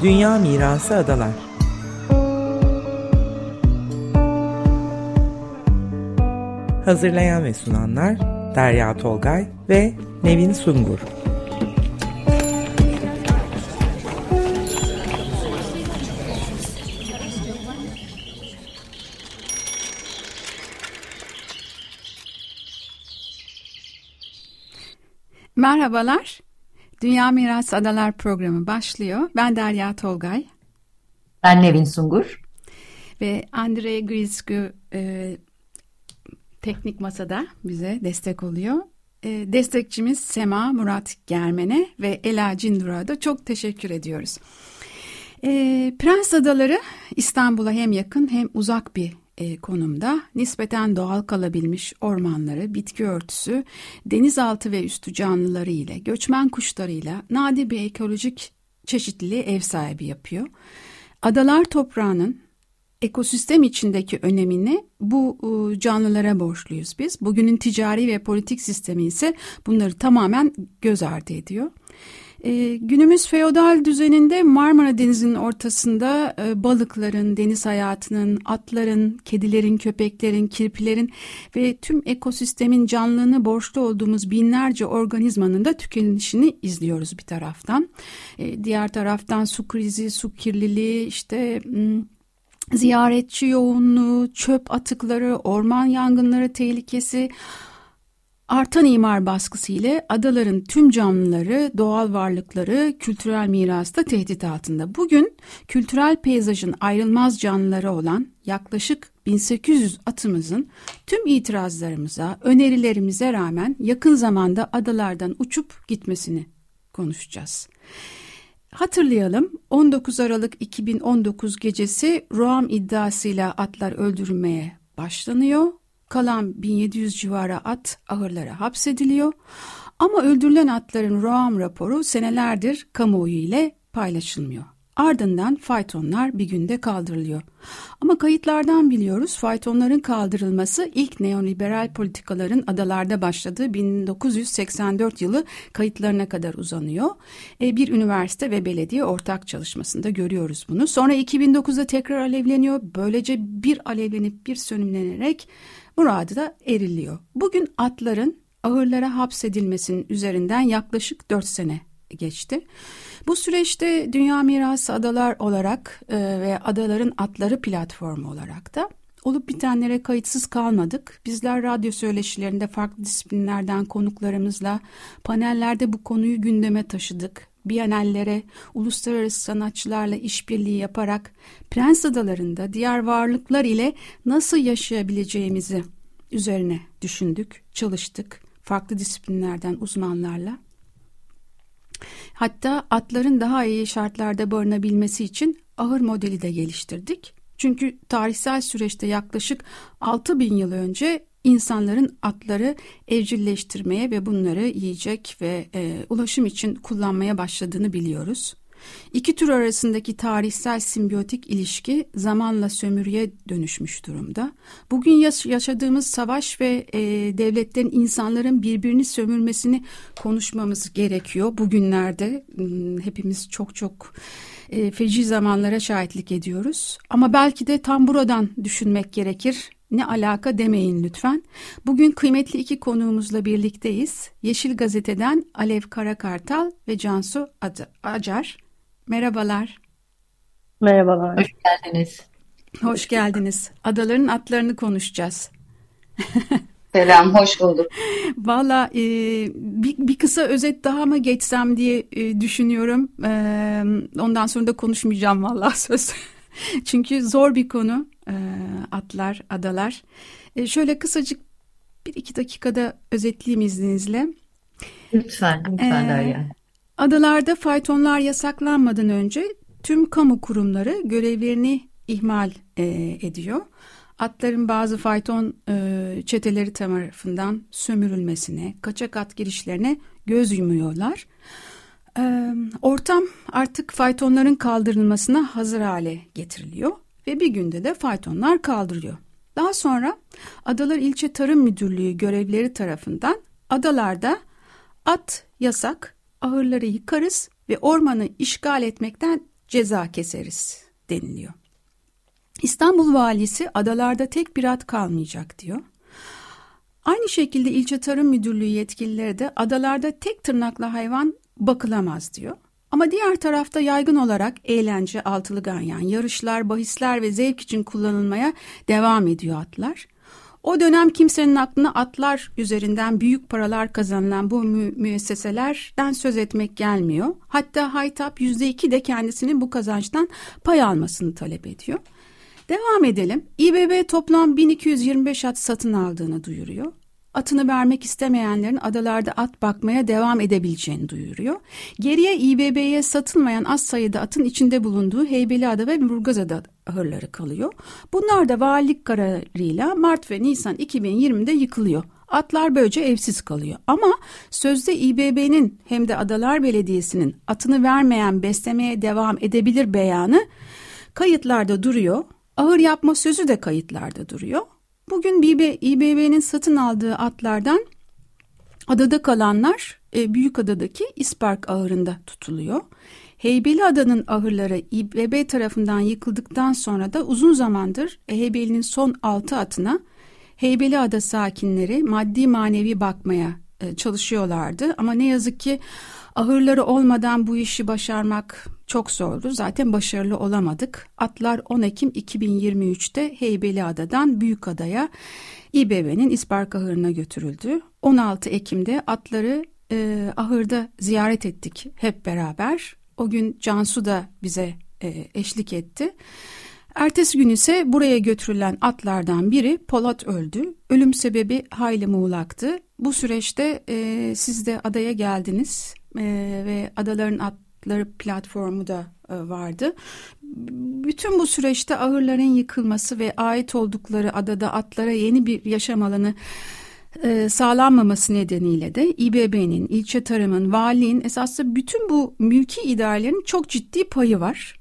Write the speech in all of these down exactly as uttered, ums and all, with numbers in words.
Dünya Mirası Adalar. Hazırlayan ve sunanlar Derya Tolgay ve Nevin Sungur. Merhabalar, Dünya Mirası Adalar programı başlıyor. Ben Derya Tolgay. Ben Nevin Sungur. Ve Andrei Griscu e, teknik masada bize destek oluyor. E, destekçimiz Sema Murat Germen'e ve Ela Cindur'a da çok teşekkür ediyoruz. E, Prens Adaları İstanbul'a hem yakın hem uzak bir E, konumda. Nispeten doğal kalabilmiş ormanları, bitki örtüsü, denizaltı ve üstü canlıları ile, göçmen kuşlarıyla nadir bir ekolojik çeşitliliğe ev sahibi yapıyor. Adalar toprağının ekosistem içindeki önemini bu e, canlılara borçluyuz biz. Bugünün ticari ve politik sistemi ise bunları tamamen göz ardı ediyor. Ee, günümüz feodal düzeninde Marmara Denizi'nin ortasında e, balıkların, deniz hayatının, atların, kedilerin, köpeklerin, kirpilerin ve tüm ekosistemin canlılığını borçlu olduğumuz binlerce organizmanın da tükenişini izliyoruz bir taraftan. E, diğer taraftan su krizi, su kirliliği, işte m- ziyaretçi yoğunluğu, çöp atıkları, orman yangınları tehlikesi, artan imar baskısı ile adaların tüm canlıları, doğal varlıkları, kültürel mirası da tehdit altında. Bugün kültürel peyzajın ayrılmaz canlıları olan yaklaşık bin sekiz yüz atımızın tüm itirazlarımıza, önerilerimize rağmen yakın zamanda adalardan uçup gitmesini konuşacağız. Hatırlayalım, on dokuz Aralık iki bin on dokuz gecesi Roam iddiasıyla atlar öldürülmeye başlanıyor. Kalan bin yedi yüz civarı at ahırlara hapsediliyor. Ama öldürülen atların Roam raporu senelerdir kamuoyu ile paylaşılmıyor. Ardından faytonlar bir günde kaldırılıyor. Ama kayıtlardan biliyoruz faytonların kaldırılması ilk neoliberal politikaların adalarda başladığı bin dokuz yüz seksen dört yılı kayıtlarına kadar uzanıyor. E, bir üniversite ve belediye ortak çalışmasında görüyoruz bunu. Sonra iki bin dokuzda tekrar alevleniyor. Böylece bir alevlenip bir sönümlenerek muradı da eriliyor. Bugün atların ahırlara hapsedilmesinin üzerinden yaklaşık dört sene geçti. Bu süreçte Dünya Mirası Adalar olarak e, ve Adaların Atları platformu olarak da olup bitenlere kayıtsız kalmadık. Bizler radyo söyleşilerinde farklı disiplinlerden konuklarımızla panellerde bu konuyu gündeme taşıdık. Bienallere, uluslararası sanatçılarla işbirliği yaparak Prens Adaları'nda diğer varlıklar ile nasıl yaşayabileceğimizi üzerine düşündük, çalıştık farklı disiplinlerden uzmanlarla. Hatta atların daha iyi şartlarda barınabilmesi için ahır modeli de geliştirdik. Çünkü tarihsel süreçte yaklaşık altı bin yıl önce insanların atları evcilleştirmeye ve bunları yiyecek ve e, ulaşım için kullanmaya başladığını biliyoruz. İki tür arasındaki tarihsel simbiyotik ilişki zamanla sömürüye dönüşmüş durumda. Bugün yaş- yaşadığımız savaş ve e, devletlerin insanların birbirini sömürmesini konuşmamız gerekiyor. Bugünlerde m, hepimiz çok çok e, feci zamanlara şahitlik ediyoruz. Ama belki de tam buradan düşünmek gerekir. Ne alaka demeyin lütfen. Bugün kıymetli iki konuğumuzla birlikteyiz. Yeşil Gazete'den Alev Karakartal ve Cansu Acar. Merhabalar. Merhabalar. Hoş geldiniz. Hoş geldiniz. Adaların atlarını konuşacağız. Selam, hoş bulduk. Valla e, bir, bir kısa özet daha mı geçsem diye e, düşünüyorum. E, ondan sonra da konuşmayacağım valla söz. Çünkü zor bir konu e, atlar, adalar. E, şöyle kısacık bir iki dakikada özetleyeyim izninizle. Lütfen, lütfen e, Derya. Adalarda faytonlar yasaklanmadan önce tüm kamu kurumları görevlerini ihmal e, ediyor. Atların bazı fayton e, çeteleri tarafından sömürülmesine, kaçak at girişlerine göz yumuyorlar. E, ortam artık faytonların kaldırılmasına hazır hale getiriliyor ve bir günde de faytonlar kaldırılıyor. Daha sonra Adalar İlçe Tarım Müdürlüğü görevlileri tarafından adalarda at yasak, ahırları yıkarız ve ormanı işgal etmekten ceza keseriz deniliyor. İstanbul valisi adalarda tek bir at kalmayacak diyor. Aynı şekilde ilçe tarım müdürlüğü yetkilileri de adalarda tek tırnaklı hayvan bakılamaz diyor. Ama diğer tarafta yaygın olarak eğlence, altılı ganyan, yarışlar, bahisler ve zevk için kullanılmaya devam ediyor atlar. O dönem kimsenin aklına atlar üzerinden büyük paralar kazanılan bu mü- müesseselerden söz etmek gelmiyor. Hatta Haytap yüzde iki de kendisinin bu kazançtan pay almasını talep ediyor. Devam edelim. İBB toplam bin iki yüz yirmi beş at satın aldığını duyuruyor. Atını vermek istemeyenlerin adalarda at bakmaya devam edebileceğini duyuruyor. Geriye İBB'ye satılmayan az sayıda atın içinde bulunduğu Heybeliada ve Burgazada ahırları kalıyor. Bunlar da valilik kararıyla Mart ve Nisan iki bin yirmide yıkılıyor. Atlar böylece evsiz kalıyor. Ama sözde İBB'nin hem de Adalar Belediyesi'nin atını vermeyen beslemeye devam edebilir beyanı kayıtlarda duruyor. Ahır yapma sözü de kayıtlarda duruyor. Bugün İBB'nin satın aldığı atlardan adada kalanlar e, Büyükada'daki İspark ahırında tutuluyor. Heybeliada'nın ahırları İBB tarafından yıkıldıktan sonra da uzun zamandır Heybeli'nin son altı atına Heybeliada sakinleri maddi manevi bakmaya e, çalışıyorlardı. Ama ne yazık ki ahırları olmadan bu işi başarmak çok zordu. Zaten başarılı olamadık. Atlar on Ekim iki bin yirmi üçte Heybeliada'dan Büyükada'ya İBB'nin İspark ahırına götürüldü. on altı Ekim'de atları e, ahırda ziyaret ettik hep beraber. O gün Cansu da bize e, eşlik etti. Ertesi gün ise buraya götürülen atlardan biri Polat öldü. Ölüm sebebi hayli muğlaktı. Bu süreçte e, siz de adaya geldiniz e, ve Adaların Atları platformu da e, vardı. Bütün bu süreçte ahırların yıkılması ve ait oldukları adada atlara yeni bir yaşam alanı e, sağlanmaması nedeniyle de İBB'nin, ilçe tarımın, valiliğin esasında bütün bu mülki idarelerin çok ciddi payı var.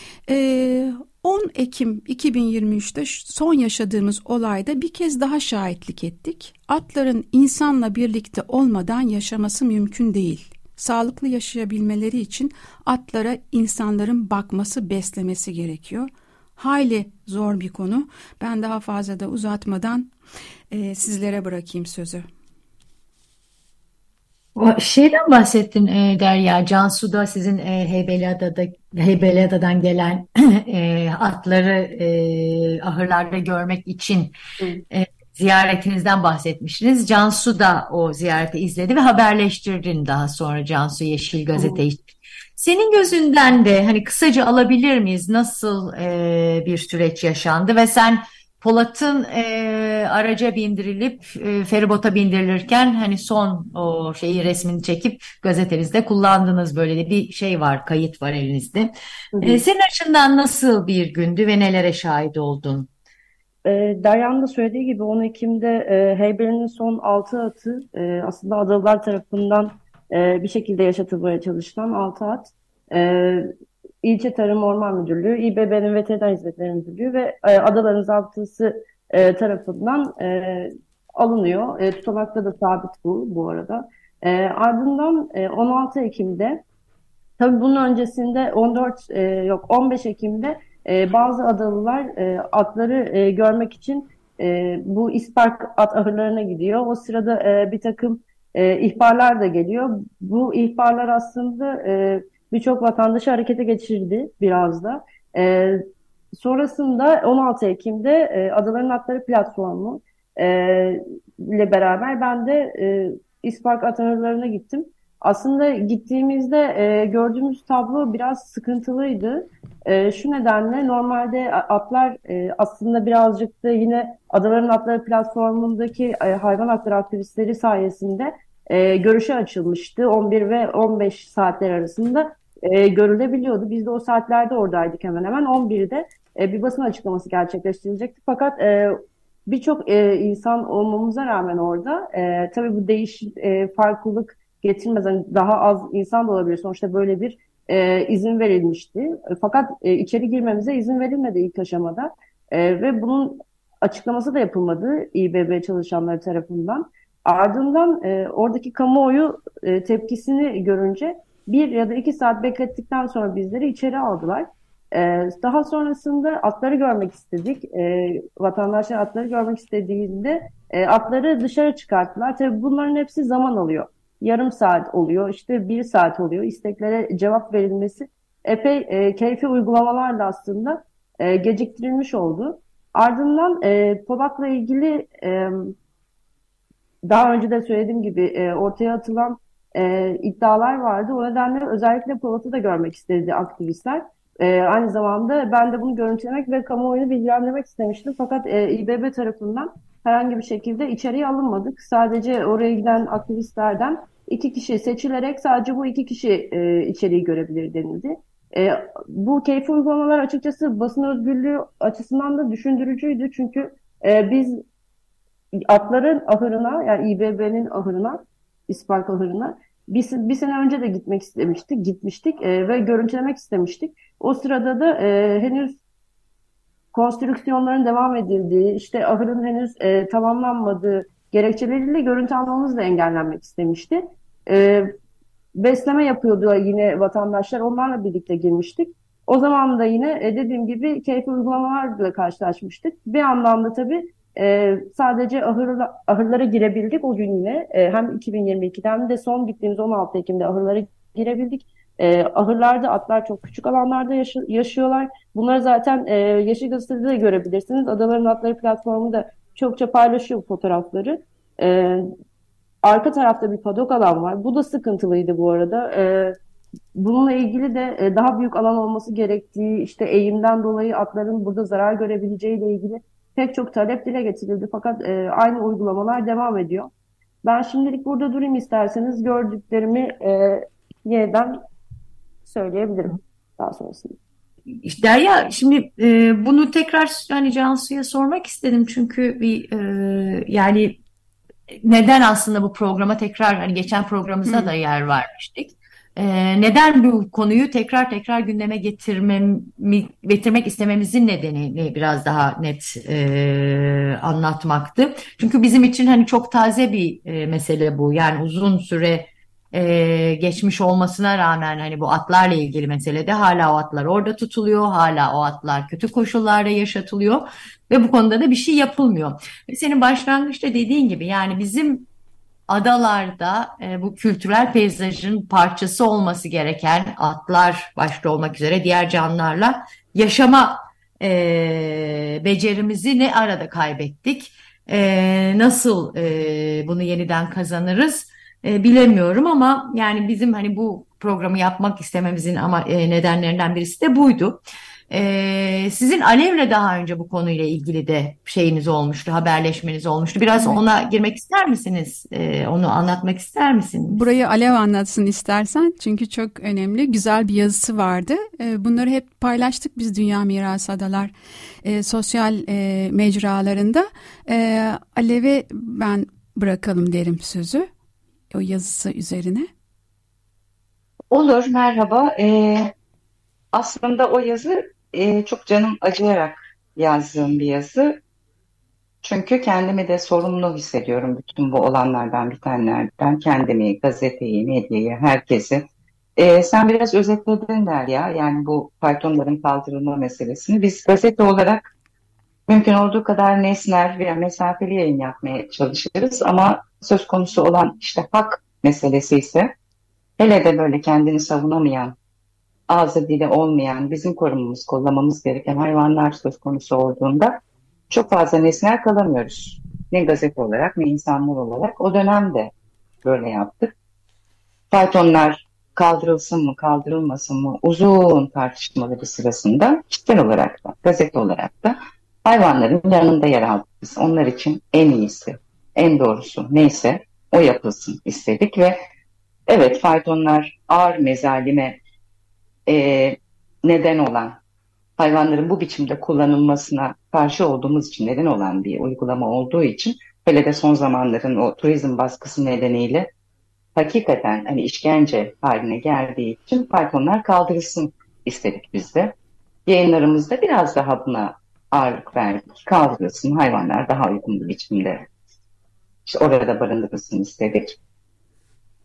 E, on Ekim iki bin yirmi üçte son yaşadığımız olayda bir kez daha şahitlik ettik. Atların insanla birlikte olmadan yaşaması mümkün değil. Sağlıklı yaşayabilmeleri için atlara insanların bakması, beslemesi gerekiyor. Hayli zor bir konu. Ben daha fazla da uzatmadan e, sizlere bırakayım sözü. O şeyden bahsettin e, Derya, Cansu'da sizin e, Heybeliada'da Heybeliada'dan gelen e, atları e, ahırlarda görmek için e, ziyaretinizden bahsetmiştiniz. Cansu da o ziyareti izledi ve haberleştirdin daha sonra Cansu Yeşil Gazete'yi. Senin gözünden de hani kısaca alabilir miyiz? Nasıl e, bir süreç yaşandı ve sen Polat'ın e, araca bindirilip e, feribota bindirilirken hani son o şeyi resmini çekip gazetenizde kullandınız, böyle de bir şey var, kayıt var elinizde. Hı hı. E, senin açından nasıl bir gündü ve nelere şahit oldun? E, Derya'nın da söylediği gibi on Ekim'de e, Heybeli'nin son altı atı e, aslında Adalılar tarafından e, bir şekilde yaşatılmaya çalışılan altı at. E, İlçe Tarım Orman Müdürlüğü, İBB'nin Veteriner Hizmetleri Müdürlüğü ve e, Adaların Zabıtası e, tarafından e, alınıyor. E, tutanakta da sabit bu bu arada. E, ardından e, on altı Ekim'de, tabii bunun öncesinde on dört e, yok on beş Ekim'de e, bazı adalılar e, atları e, görmek için e, bu İspark at ahırlarına gidiyor. O sırada e, bir takım e, ihbarlar da geliyor. Bu ihbarlar aslında e, birçok vatandaşı harekete geçirdi biraz da. E, sonrasında on altı Ekim'de e, Adaların Atları platformu e, ile beraber ben de e, İspark at ahırlarına gittim. Aslında gittiğimizde e, gördüğümüz tablo biraz sıkıntılıydı. E, şu nedenle normalde atlar e, aslında birazcık da yine Adaların Atları platformundaki e, hayvan hakları aktivistleri sayesinde e, görüşe açılmıştı. on bir ve on beş saatler arasında e, görülebiliyordu. Biz de o saatlerde oradaydık hemen hemen. on birde e, bir basın açıklaması gerçekleştirilecekti. Fakat e, birçok e, insan olmamıza rağmen orada e, tabii bu değişik e, farklılık getirmez. Yani daha az insan da olabilir. Sonuçta böyle bir e, izin verilmişti. E, fakat e, içeri girmemize izin verilmedi ilk aşamada. E, ve bunun açıklaması da yapılmadı İBB çalışanları tarafından. Ardından e, oradaki kamuoyu e, tepkisini görünce bir ya da iki saat beklettikten sonra bizleri içeri aldılar. Ee, daha sonrasında atları görmek istedik. Ee, vatandaşlar atları görmek istediğinde e, atları dışarı çıkarttılar. Tabii bunların hepsi zaman alıyor. Yarım saat oluyor, işte bir saat oluyor. İsteklere cevap verilmesi epey e, keyfi uygulamalarla aslında e, geciktirilmiş oldu. Ardından e, Polat'la ilgili e, daha önce de söylediğim gibi e, ortaya atılan e, iddialar vardı. O nedenle özellikle Polat'ı da görmek istedi aktivistler. E, aynı zamanda ben de bunu görüntülemek ve kamuoyunu bilgilendirmek istemiştim. Fakat e, İBB tarafından herhangi bir şekilde içeriye alınmadık. Sadece oraya giden aktivistlerden iki kişi seçilerek sadece bu iki kişi e, içeriği görebilir denildi. E, bu keyfi uygulamalar açıkçası basın özgürlüğü açısından da düşündürücüydü. Çünkü e, biz atların ahırına, yani İBB'nin ahırına, İspark ahırına bir, bir sene önce de gitmek istemiştik, gitmiştik e, ve görüntülemek istemiştik. O sırada da e, henüz konstrüksiyonların devam edildiği, işte ahırın henüz e, tamamlanmadığı gerekçeleriyle görüntü almamız da engellenmek istemişti. E, besleme yapıyordu yine vatandaşlar, onlarla birlikte girmiştik. O zaman da yine e, dediğim gibi keyfi uygulamalarla karşılaşmıştık. Bir yandan da tabii e, sadece ahırla, ahırlara girebildik o gün yine. E, hem iki bin yirmi ikiden de son gittiğimiz on altı Ekim'de ahırlara girebildik. E, ahırlarda atlar çok küçük alanlarda yaşı- yaşıyorlar. Bunları zaten e, Yeşil Gazete'de de görebilirsiniz. Adaların Atları platformu da çokça paylaşıyor bu fotoğrafları. E, arka tarafta bir padok alan var. Bu da sıkıntılıydı bu arada. E, bununla ilgili de e, daha büyük alan olması gerektiği, işte eğimden dolayı atların burada zarar görebileceğiyle ilgili pek çok talep dile getirildi. Fakat e, aynı uygulamalar devam ediyor. Ben şimdilik burada durayım, isterseniz gördüklerimi e, yeniden söyleyebilirim daha sonrasında. İşte Derya, şimdi e, bunu tekrar hani Cansu'ya sormak istedim çünkü bir e, yani neden aslında bu programa tekrar, hani geçen programımızda da yer vermiştik. E, neden bu konuyu tekrar tekrar gündeme getirmem, getirmek istememizin nedenini biraz daha net e, anlatmaktı. Çünkü bizim için hani çok taze bir e, mesele bu. Yani uzun süre e, geçmiş olmasına rağmen hani bu atlarla ilgili meselede hala o atlar orada tutuluyor, hala o atlar kötü koşullarda yaşatılıyor ve bu konuda da bir şey yapılmıyor. Ve senin başlangıçta dediğin gibi yani bizim adalarda e, bu kültürel peyzajın parçası olması gereken atlar başta olmak üzere diğer canlılarla yaşama e, becerimizi ne arada kaybettik? E, nasıl e, bunu yeniden kazanırız? E, bilemiyorum ama yani bizim hani bu programı yapmak istememizin ama e, nedenlerinden birisi de buydu. E, sizin Alev'le daha önce bu konuyla ilgili de şeyiniz olmuştu, haberleşmeniz olmuştu. Biraz Evet. ona girmek ister misiniz? E, onu anlatmak ister misiniz? Burayı Alev anlatsın istersen, çünkü çok önemli, güzel bir yazısı vardı. E, bunları hep paylaştık biz Dünya Mirası Adalar e, sosyal e, mecralarında. E, Alev'e ben bırakalım derim sözü o yazısı üzerine. Olur, merhaba. Ee, aslında o yazı e, çok canım acıyarak yazdığım bir yazı. Çünkü kendimi de sorumlu hissediyorum bütün bu olanlardan, bitenlerden. Kendimi, gazeteyi, medyayı, herkesi. Ee, sen biraz özetledin Derya, yani bu faytonların kaldırılma meselesini. Biz gazete olarak mümkün olduğu kadar nesnel veya mesafeli yayın yapmaya çalışırız. Ama söz konusu olan işte hak meselesi ise, hele de böyle kendini savunamayan, ağzı dili olmayan, bizim korumamız, kollamamız gereken hayvanlar söz konusu olduğunda çok fazla nesnel kalamıyoruz. Ne gazete olarak ne insanlar olarak. O dönemde böyle yaptık. Faytonlar kaldırılsın mı, kaldırılmasın mı uzun tartışmaları sırasında kişisel olarak da, gazete olarak da hayvanların yanında yer aldık biz. Onlar için en iyisi, en doğrusu neyse o yapılsın istedik ve evet, faytonlar ağır mezalime e, neden olan, hayvanların bu biçimde kullanılmasına karşı olduğumuz için neden olan bir uygulama olduğu için, hele de son zamanların o turizm baskısı nedeniyle hakikaten hani işkence haline geldiği için faytonlar kaldırılsın istedik biz de. Yayınlarımızda biraz daha buna ağırlık verdik. Kaldırılsın, hayvanlar daha uygun bir biçimde işte orada barındırılsın istedik.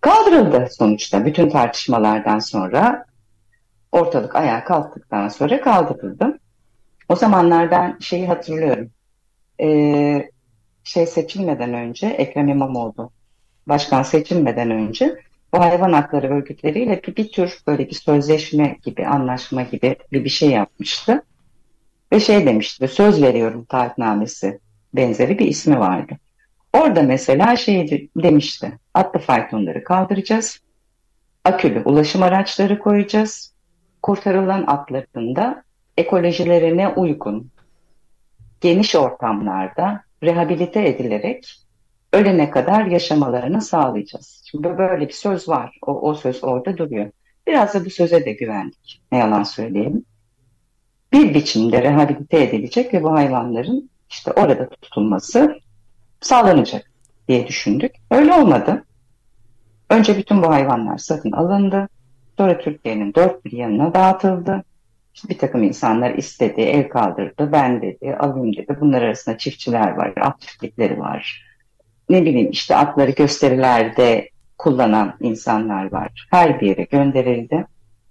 Kaldırıldı sonuçta. Bütün tartışmalardan sonra, ortalık ayağa kalktıktan sonra kaldırıldı. O zamanlar ben şeyi hatırlıyorum. Ee, şey seçilmeden önce, Ekrem İmamoğlu başkan seçilmeden önce bu hayvan hakları örgütleriyle bir, bir tür böyle bir sözleşme gibi, anlaşma gibi bir, bir şey yapmıştı. Ve şey demişti, söz veriyorum taahhütnamesi benzeri bir ismi vardı. Orada mesela şey demişti, atlı faytonları kaldıracağız, akülü ulaşım araçları koyacağız, kurtarılan atların da ekolojilerine uygun, geniş ortamlarda rehabilite edilerek ölene kadar yaşamalarını sağlayacağız. Şimdi böyle bir söz var, o, o söz orada duruyor. Biraz da bu söze de güvendik, ne yalan söyleyelim. Bir biçimde rehabilite edilecek ve bu hayvanların işte orada tutulması sağlanacak diye düşündük. Öyle olmadı. Önce bütün bu hayvanlar satın alındı. Sonra Türkiye'nin dört bir yanına dağıtıldı. İşte bir takım insanlar istedi, el kaldırdı, ben dedi, alayım dedi. Bunlar arasında çiftçiler var, at çiftlikleri var. Ne bileyim işte atları gösterilerde kullanan insanlar var. Her bir yere gönderildi.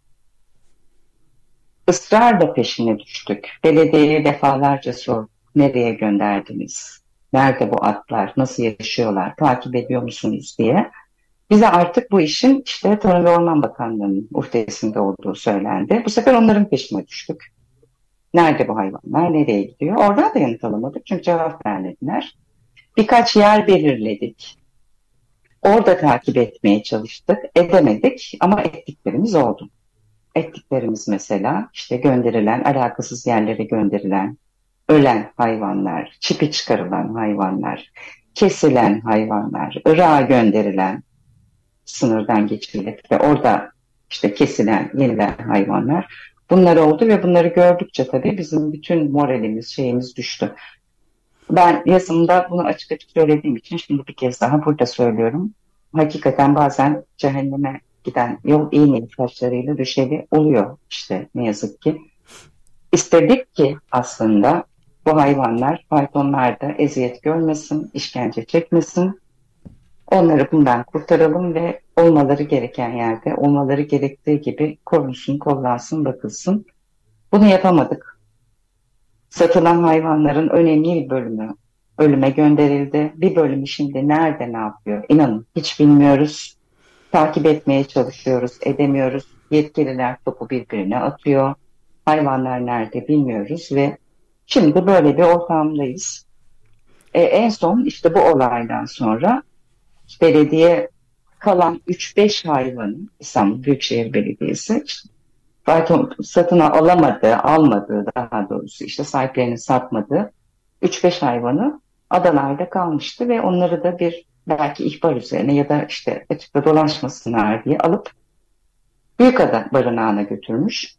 Israrla peşine düştük. Belediyeye defalarca sorduk. Nereye gönderdiniz? Nerede bu atlar? Nasıl yaşıyorlar? Takip ediyor musunuz diye. Bize artık bu işin işte Tarım ve Orman Bakanlığı'nın uhdesinde olduğu söylendi. Bu sefer onların peşine düştük. Nerede bu hayvanlar? Nereye gidiyor? Oradan da yanıt alamadık çünkü cevap vermediler. Birkaç yer belirledik. Orada takip etmeye çalıştık. Edemedik ama ettiklerimiz oldu. Ettiklerimiz mesela işte gönderilen, alakasız yerlere gönderilen, ölen hayvanlar, çipi çıkarılan hayvanlar, kesilen hayvanlar, Irak'a gönderilen, sınırdan geçirilip ve orada işte kesilen, yenilen hayvanlar. Bunlar oldu ve bunları gördükçe tabii bizim bütün moralimiz, şeyimiz düştü. Ben yazımda bunu açık açık söylediğim için şimdi bir kez daha burada söylüyorum. Hakikaten bazen cehenneme giden yol iyi niyet taşlarıyla düşeli oluyor işte ne yazık ki. İstedik ki aslında bu hayvanlar, faytonlar da eziyet görmesin, işkence çekmesin. Onları bundan kurtaralım ve olmaları gereken yerde, olmaları gerektiği gibi korunsun, kollansın, bakılsın. Bunu yapamadık. Satılan hayvanların önemli bir bölümü ölüme gönderildi. Bir bölümü şimdi nerede, ne yapıyor? İnanın hiç bilmiyoruz. Takip etmeye çalışıyoruz, edemiyoruz. Yetkililer topu birbirine atıyor. Hayvanlar nerede bilmiyoruz ve şimdi böyle bir ortamdayız. E, en son işte bu olaydan sonra belediye kalan üç beş hayvanı, İstanbul Büyükşehir Belediyesi işte, fayton satın alamadığı, almadığı daha doğrusu işte sahiplerinin satmadığı üç beş hayvanı adalarda kalmıştı ve onları da bir belki ihbar üzerine ya da işte açıkta dolaşmasınlar diye alıp Büyükada barınağına götürmüş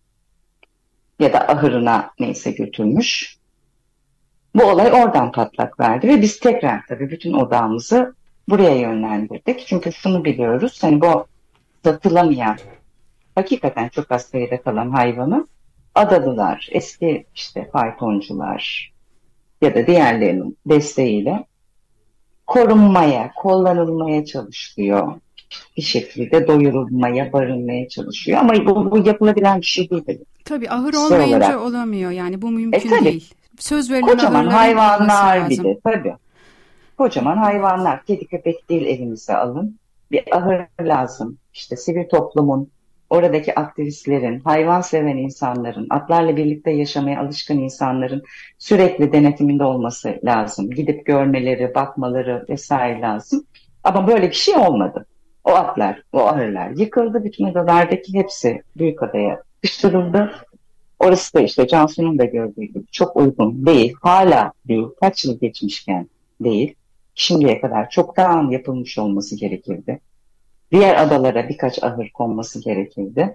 ya da ahırına neyse götürmüş. Bu olay oradan patlak verdi ve biz tekrar tabii bütün odağımızı buraya yönlendirdik. Çünkü şunu biliyoruz, hani bu satılamayan, hakikaten çok az sayıda kalan hayvanı adalılar, eski işte faytoncular ya da diğerlerinin desteğiyle korunmaya, kullanılmaya çalışılıyor. Bir şekilde doyurulmaya, barınmaya çalışıyor. Ama bu, bu yapılabilen bir şey değil. Tabii ahır olmayınca olarak olamıyor. Yani bu mümkün e, değil. Söz verilen kocaman hayvanlar bir de tabii. Kocaman hayvanlar, kedi köpek değil elimize alın. Bir ahır lazım. İşte sivil toplumun, oradaki aktivistlerin, hayvan seven insanların, atlarla birlikte yaşamaya alışkın insanların sürekli denetiminde olması lazım. Gidip görmeleri, bakmaları vesaire lazım. Ama böyle bir şey olmadı. O atlar, o ahırlar yıkıldı. Bütün adalardaki hepsi Büyükada'ya kıştırıldı. Orası da işte Cansu'nun da gördüğü gibi çok uygun değil. Hala değil. Kaç yıl geçmişken değil. Şimdiye kadar çoktan yapılmış olması gerekirdi. Diğer adalara birkaç ahır konması gerekirdi.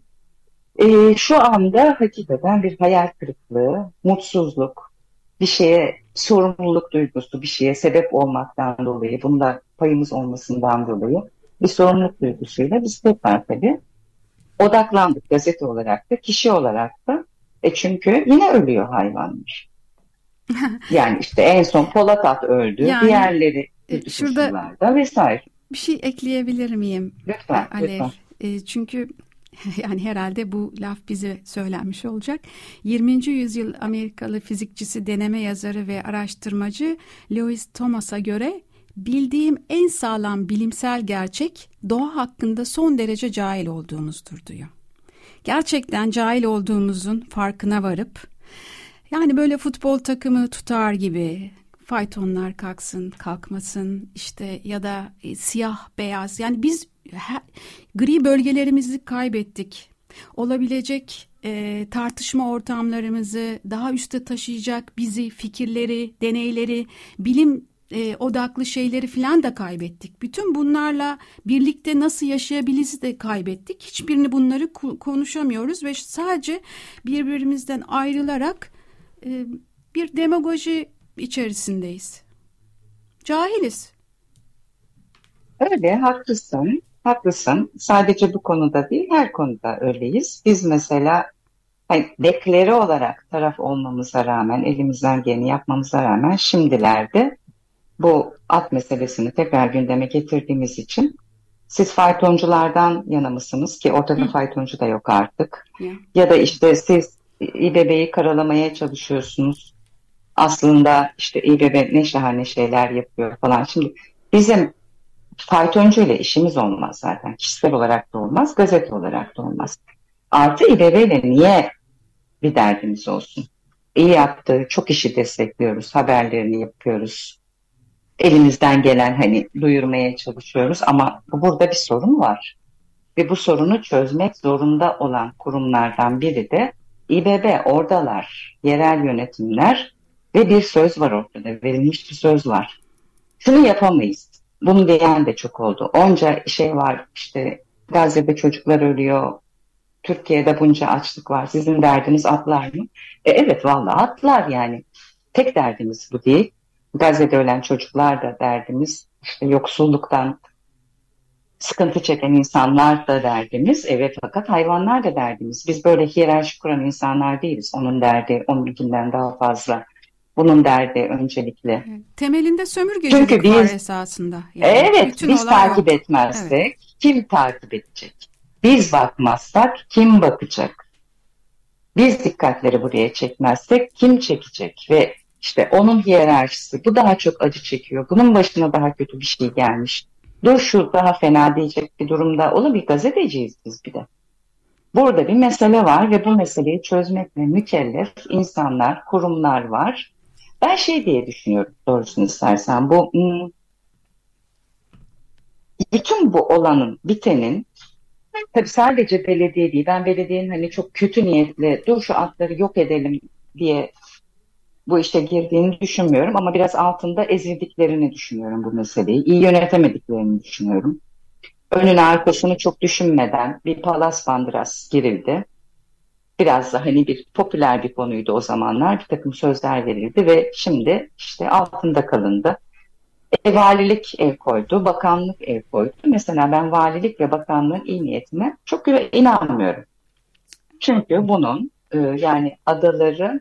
Ee, şu anda hakikaten bir hayal kırıklığı, mutsuzluk, bir şeye sorumluluk duygusu, bir şeye sebep olmaktan dolayı, bunda payımız olmasından dolayı bir sorumluluk duygusuyla biz tekrar tabii odaklandık gazete olarak da, kişi olarak da. E çünkü yine ölüyor hayvanlar. Yani işte en son Polat At öldü, yani, diğerleri şurada vesaire. bir şey ekleyebilir miyim? Lütfen, Alev. lütfen. E, çünkü yani herhalde bu laf bize söylenmiş olacak. yirminci yüzyıl Amerikalı fizikçisi, deneme yazarı ve araştırmacı Lewis Thomas'a göre bildiğim en sağlam bilimsel gerçek doğa hakkında son derece cahil olduğumuzdur diyor. Gerçekten cahil olduğumuzun farkına varıp yani böyle futbol takımı tutar gibi faytonlar kalksın kalkmasın işte ya da e, siyah beyaz yani biz he, gri bölgelerimizi kaybettik. Olabilecek e, tartışma ortamlarımızı daha üste taşıyacak bizi fikirleri, deneyleri, bilim e, odaklı şeyleri filan da kaybettik. Bütün bunlarla birlikte nasıl yaşayabiliriz de kaybettik. Hiçbirini bunları ku- konuşamıyoruz ve sadece birbirimizden ayrılarak e, bir demagoji içerisindeyiz. Cahiliz. Öyle, haklısın, haklısın. Sadece bu konuda değil, her konuda öyleyiz. Biz mesela hani deklare olarak taraf olmamıza rağmen, elimizden geleni yapmamıza rağmen şimdilerde bu at meselesini tekrar gündeme getirdiğimiz için siz faytonculardan yana mısınız ki ortada Hı. faytoncu da yok artık. Ya. Ya da işte siz İBB'yi karalamaya çalışıyorsunuz. Aslında işte İBB ne şahane şeyler yapıyor falan. Şimdi bizim faytoncu ile işimiz olmaz zaten. Kişisel olarak da olmaz, gazete olarak da olmaz. Artı İBB ile niye bir derdimiz olsun? İyi yaptığı çok işi destekliyoruz, haberlerini yapıyoruz. Elimizden gelen hani duyurmaya çalışıyoruz ama burada bir sorun var. Ve bu sorunu çözmek zorunda olan kurumlardan biri de İBB, oradalar, yerel yönetimler ve bir söz var ortada, verilmiş bir söz var. Şunu yapamayız. Bunu diyen de çok oldu. Onca şey var işte Gazze'de çocuklar ölüyor, Türkiye'de bunca açlık var. Sizin derdiniz atlar mı? E, evet vallahi atlar yani. Tek derdimiz bu değil. Gazze'de ölen çocuklar da derdimiz. İşte yoksulluktan sıkıntı çeken insanlar da derdimiz. Evet fakat hayvanlar da derdimiz. Biz böyle hiyerarşi kuran insanlar değiliz. Onun derdi onunkinden daha fazla. Bunun derdi öncelikle. Temelinde sömürgecilik Çünkü biz, var esasında. Yani evet bütün biz olay takip o. etmezsek Evet. kim takip edecek? Biz bakmazsak kim bakacak? Biz dikkatleri buraya çekmezsek kim çekecek? Ve işte onun hiyerarşisi, bu daha çok acı çekiyor. Bunun başına daha kötü bir şey gelmiş. Dur şu daha fena diyecek bir durumda. Oğlum bir gazeteciyiz biz bir de. Burada bir mesele var ve bu meseleyi çözmekle mükellef insanlar, kurumlar var. Ben şey diye düşünüyorum doğrusunu istersen. Bu bütün bu olanın, bitenin tabii sadece belediye değil. Ben belediyenin hani çok kötü niyetle dur şu atları yok edelim diye bu işe girdiğini düşünmüyorum ama biraz altında ezildiklerini düşünüyorum bu meseleyi. İyi yönetemediklerini düşünüyorum. Önünü arkasını çok düşünmeden bir palas bandıras girildi. Biraz da hani bir popüler bir konuydu o zamanlar. Bir takım sözler verildi ve şimdi işte altında kalındı. E, valilik el koydu, bakanlık el koydu. Mesela ben valilik ve bakanlığın iyi niyetine çok inanmıyorum. Çünkü bunun e, yani adaları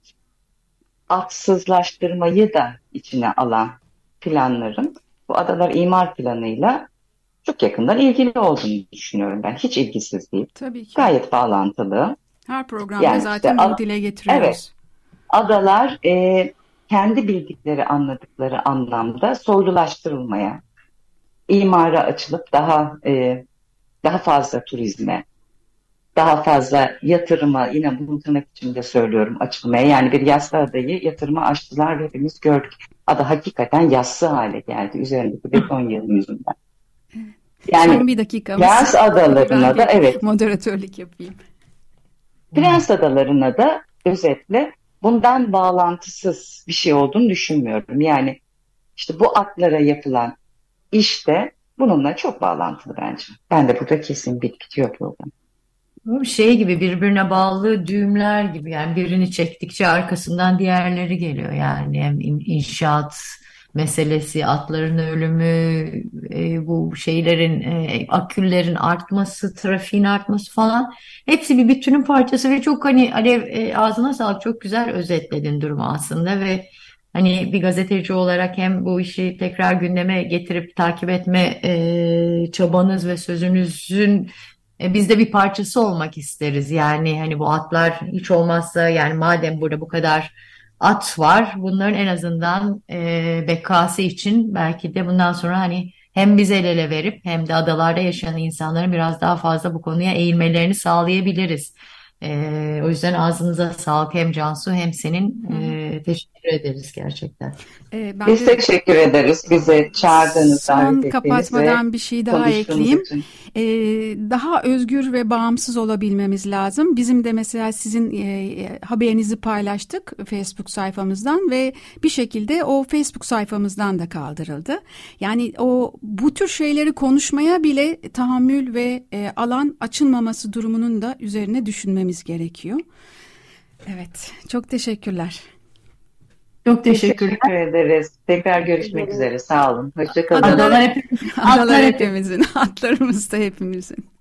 atsızlaştırmayı da içine alan planların bu adalar imar planıyla çok yakından ilgili olduğunu düşünüyorum ben. Hiç ilgisiz değil. Tabii ki. Gayet bağlantılı. Her programda Yani zaten işte, bunu dile getiriyoruz. Evet. Adalar e, kendi bildikleri, anladıkları anlamda soylulaştırılmaya, imara açılıp daha e, daha fazla turizme, daha fazla yatırıma, yine bunu tırnak içinde söylüyorum, açılmaya. Yani bir yassı adayı yatırıma açtılar ve hepimiz gördük. Ada hakikaten yassı hale geldi üzerindeki beton yığını yüzünden. Yani son bir dakikamız. Prens adalarına da evet. Moderatörlük yapayım. Prens adalarına da özetle bundan bağlantısız bir şey olduğunu düşünmüyorum. Yani işte bu atlara yapılan iş de bununla çok bağlantılı bence. Ben de burada kesin bir bitiyor program. Bu şey gibi birbirine bağlı düğümler gibi yani birini çektikçe arkasından diğerleri geliyor yani hem in- inşaat meselesi, atların ölümü, e, bu şeylerin e, aküllerin artması, trafiğin artması falan hepsi bir bütünün parçası ve çok hani Alev e, ağzına sağlık çok güzel özetledin durumu aslında ve hani bir gazeteci olarak hem bu işi tekrar gündeme getirip takip etme e, çabanız ve sözünüzün e, biz de bir parçası olmak isteriz. Yani hani bu atlar hiç olmazsa, yani madem burada bu kadar at var, bunların en azından e, bekası için belki de bundan sonra hani hem biz el ele verip hem de adalarda yaşayan insanların biraz daha fazla bu konuya eğilmelerini sağlayabiliriz. E, o yüzden ağzınıza sağlık, hem Cansu hem senin. Hı hı. E, teşekkür ederiz gerçekten. E, ben Biz de teşekkür ederiz bize çağırdığınız, son davet ettiğiniz ve kapatmadan bir şey daha konuştuğumuz ekleyeyim. için. Ee, Daha özgür ve bağımsız olabilmemiz lazım. Bizim de mesela sizin e, haberinizi paylaştık Facebook sayfamızdan ve bir şekilde o Facebook sayfamızdan da kaldırıldı. Yani o bu tür şeyleri konuşmaya bile tahammül ve e, alan açılmaması durumunun da üzerine düşünmemiz gerekiyor. Evet, çok teşekkürler. Çok Biz teşekkürler. teşekkür ederiz. Tekrar görüşmek üzere. Sağ olun. Hoşça kalın. Adalar hepimiz, Adalar atlar hepimiz. hepimizin, atlarımız da hepimizin.